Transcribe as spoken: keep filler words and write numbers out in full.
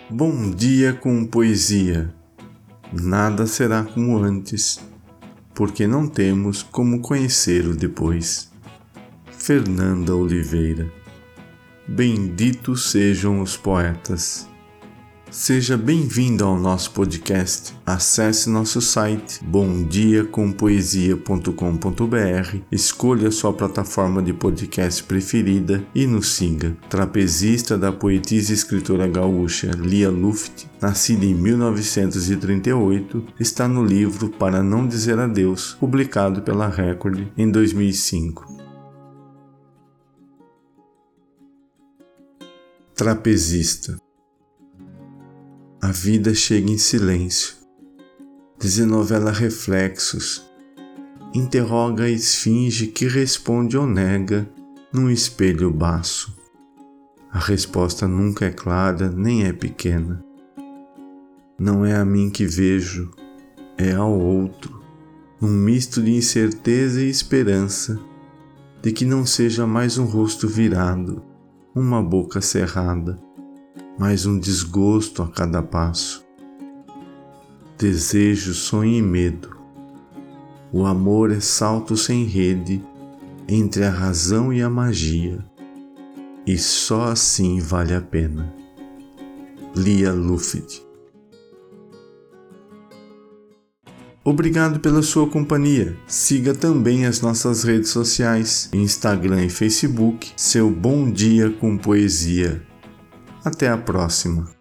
Bom dia com poesia. Nada será como antes, porque não temos como conhecer o depois. Fernanda Oliveira. Benditos sejam os poetas. Seja bem-vindo ao nosso podcast. Acesse nosso site bom dia com poesia ponto com ponto b r, escolha sua plataforma de podcast preferida e nos siga. Trapezista da poetisa e escritora gaúcha Lia Luft, nascida em mil novecentos e trinta e oito, está no livro Para Não Dizer Adeus, publicado pela Record em dois mil e cinco. Trapezista. A vida chega em silêncio, desenovela reflexos, interroga a esfinge que responde ou nega num espelho baço. A resposta nunca é clara nem é pequena. Não é a mim que vejo, é ao outro, num misto de incerteza e esperança, de que não seja mais um rosto virado, uma boca cerrada, mais um desgosto a cada passo. Desejo, sonho e medo. O amor é salto sem rede entre a razão e a magia, e só assim vale a pena. Lia Luft. Obrigado pela sua companhia. Siga também as nossas redes sociais, Instagram e Facebook, seu Bom Dia com Poesia. Até a próxima.